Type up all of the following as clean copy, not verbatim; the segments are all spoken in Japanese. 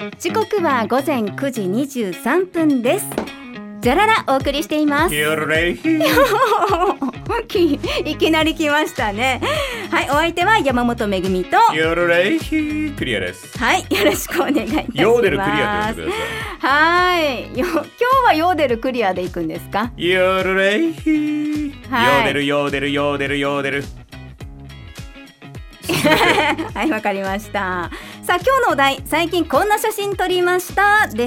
時刻は午前9時23分です。じゃららお送りしています。 よろれいいきなり来ましたね。はい、お相手は山本めぐみとよろれいクリアです。 はい、よろしくお願いいたします。 ヨーデルクリアと呼んでくださはい、今日はヨーデルクリアでいくんですか？ い。よろれいヨーデルヨーデルヨーデルヨーデルはい、わかりました。さあ、今日のお題、最近こんな写真撮りましたです。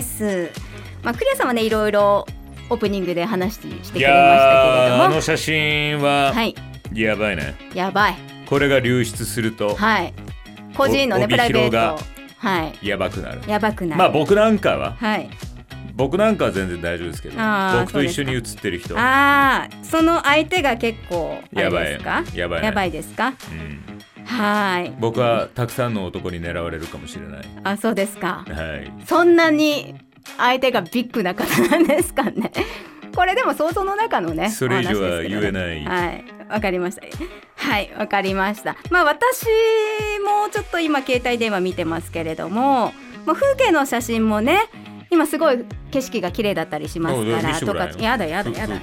クリアさんはね、いろいろオープニングで話してくれましたけれども、 あの写真は、はい、やばいね。 やばい。 これが流出すると、 はい、個人のねプライベート、 はい、やばくなる。 やばくなる。 まあ僕なんかは、 はい、 僕なんかは全然大丈夫ですけど、僕と一緒に写ってる人、 その相手が結構あれですか？ やばい、ね、 やばいですか？はい。 僕はたくさんの男に狙われるかもしれない。 あ、そうですか。 はい。 そんなに相手がビッグな方なんですかね。これでも想像の中のね、 それ以上は言えない。 はい、わかりました。はい、わかりました。私もちょっと今携帯電話見てますけれども、風景の写真もね、今すごい景色が綺麗だったりしますからとか、やだ。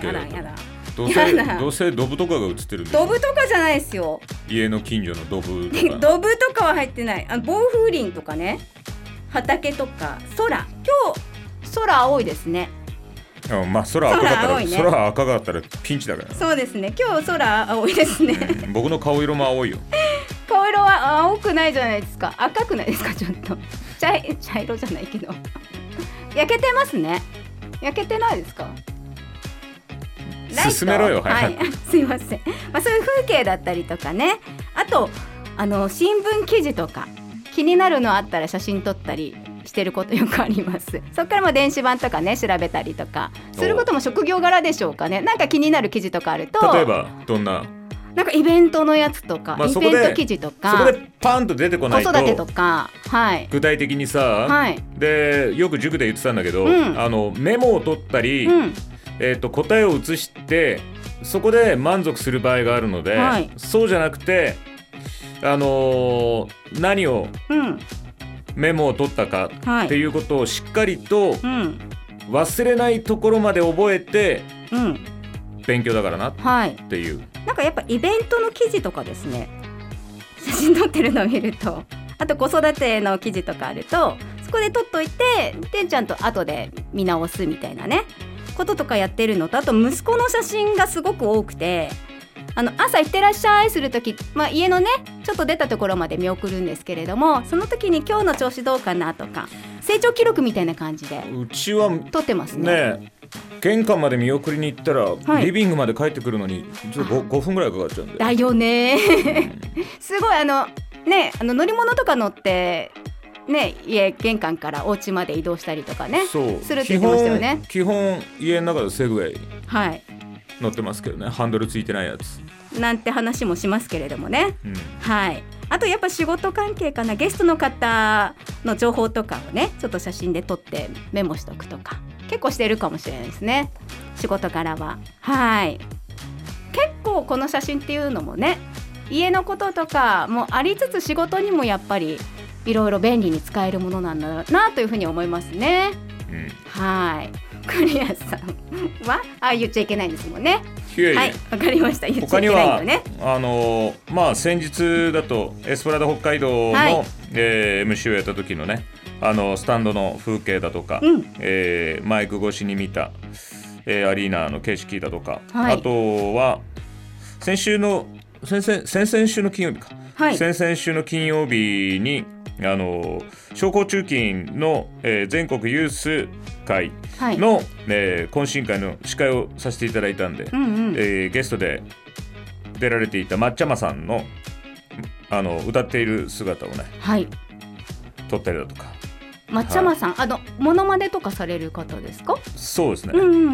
どうせドブとかが映ってるんで。 ドブとかじゃないですよ。 家の近所のドブとか。 ドブとかは入ってない。暴風林とかね、畑とか空。今日空青いですね。 まあ空赤かったらピンチだから、ね、 そうですね。今日空青いですね。 僕の顔色も青いよ。 顔色は青くないじゃないですか。赤くないですか？ちょっと茶色じゃないけど焼けてますね。焼けてないですか？ 進めろよ。 はい、すいません。そういう風景だったりとかね、あと新聞記事とか気になるのあったら写真撮ったりしてることよくあります。そっからも電子版とかね調べたりとかすることも職業柄でしょうかね。なんか気になる記事とかあると、 例えばどんななんかイベントのやつとか、イベント記事とか、 そこでパンと出てこないと、 子育てとか、はい、 具体的にさ、 はい、 でよく塾で言ってたんだけど、メモを取ったり、答えを写してそこで満足する場合があるので、はい、そうじゃなくて、何を、メモを取ったかっていうことをしっかりと忘れないところまで覚えて、勉強だからなっていう、 なんかやっぱイベントの記事とかですね、写真撮ってるのを見ると、あと子育ての記事とかあるとそこで撮っといて、でちゃんと後で見直すみたいなねこととかやってるのと、あと息子の写真がすごく多くて、朝行ってらっしゃいするとき、家のねちょっと出たところまで見送るんですけれども、その時に今日の調子どうかなとか成長記録みたいな感じでうちは撮ってますね。 玄関まで見送りに行ったら、はい、リビングまで帰ってくるのにちょっと 5分ぐらいかかっちゃうんで。 だよねすごい乗り物とか乗ってね、玄関からお家まで移動したりとかね、するって言ってましたよね。 基本家の中でセグウェイ、 はい、 乗ってますけどね、ハンドルついてないやつなんて話もしますけれどもね、はい。あとやっぱ仕事関係かな、ゲストの方の情報とかをねちょっと写真で撮ってメモしとくとか結構してるかもしれないですね、仕事からは。はい。結構この写真っていうのもね、家のこととかもありつつ仕事にもやっぱりいろいろ便利に使えるものなんだなというふうに思いますね。はい。クリアさんは言っちゃいけないんですもんね。はい、わかりました。言っちゃいけないよね。 他には先日だとエスプラダ北海道の、はい、MC をやった時のね、スタンドの風景だとか、マイク越しに見た、アリーナの景色だとか、はい、あとは先々週の金曜日か、はい、先々週の金曜日に商工中金の、全国ユース会の、懇親会の司会をさせていただいたんで、ゲストで出られていたまっちゃまさんの、歌っている姿をね、はい、撮ったりだとか。 まっちゃまさん、モノマネとかされる方ですか？ そうですね、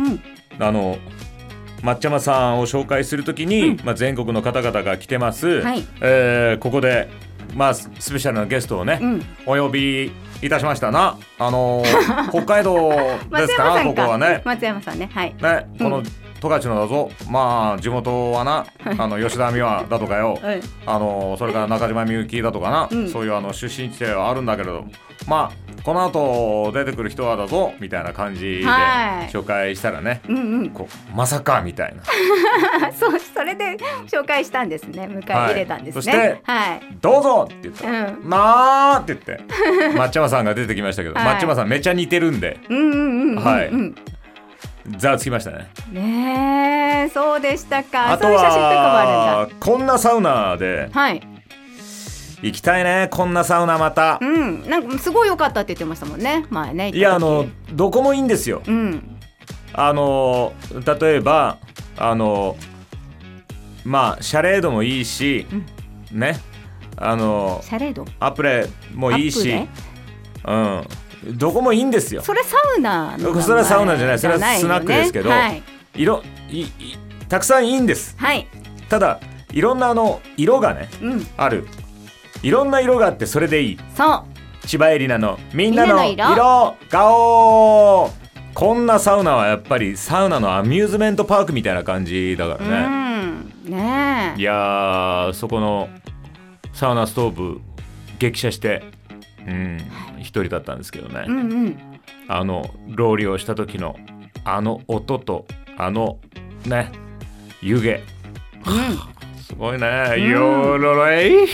まっちゃまさんを紹介するときに、全国の方々が来てます、はい、ここでスペシャルなゲストをね、お呼びいたしましたな。北海道ですかここはね。 松山さんね、はい。 ね、この十勝のだぞ、まあ地元はな吉田美和だとかよ、 はい、 それから中島みゆきだとかな、そういう出身地ではあるんだけれど、まあこの後出てくる人はだぞみたいな感じで紹介したらね、こうまさかみたいなそれで紹介したんですね。迎え入れたんですね。 そして、どうぞって言ったら、なーって言って松山さんが出てきましたけど、松山さんめちゃ似てるんで、ざわつきましたね。 ねえ、そうでしたか。 あとはそういう写真とかもあるんだ。 こんなサウナで、行きたいね、こんなサウナまた。 なんかすごい良かったって言ってましたもんね、前ね。 いやどこもいいんですよ。例えばまあシャレードもいいし、ね、シャレードアプレもいいし、どこもいいんですよ。 それサウナの、 それはサウナじゃない、それはスナックですけど、たくさんいいんです。ただいろんな色がね、ある。いろんな色があってそれでいい。千葉エリナのみんなの色顔。こんなサウナはやっぱりサウナのアミューズメントパークみたいな感じだからね。いやそこのサウナストーブ激写して一人だったんですけどね、ロウリュをした時の音とね湯気、すごいね。よろろい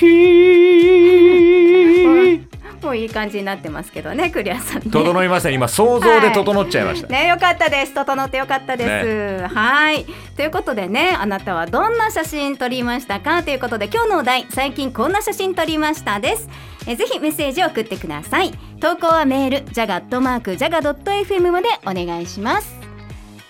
ひもういい感じになってますけどね、クリアさんね。 整いましたね。今想像で整っちゃいました、 ね。よかったです。整ってよかったです、はい。ということでね、あなたはどんな写真撮りましたかということで、今日のお題、最近こんな写真撮りましたです。ぜひメッセージを送ってください。投稿はメールjaga@jaga.fm までお願いします。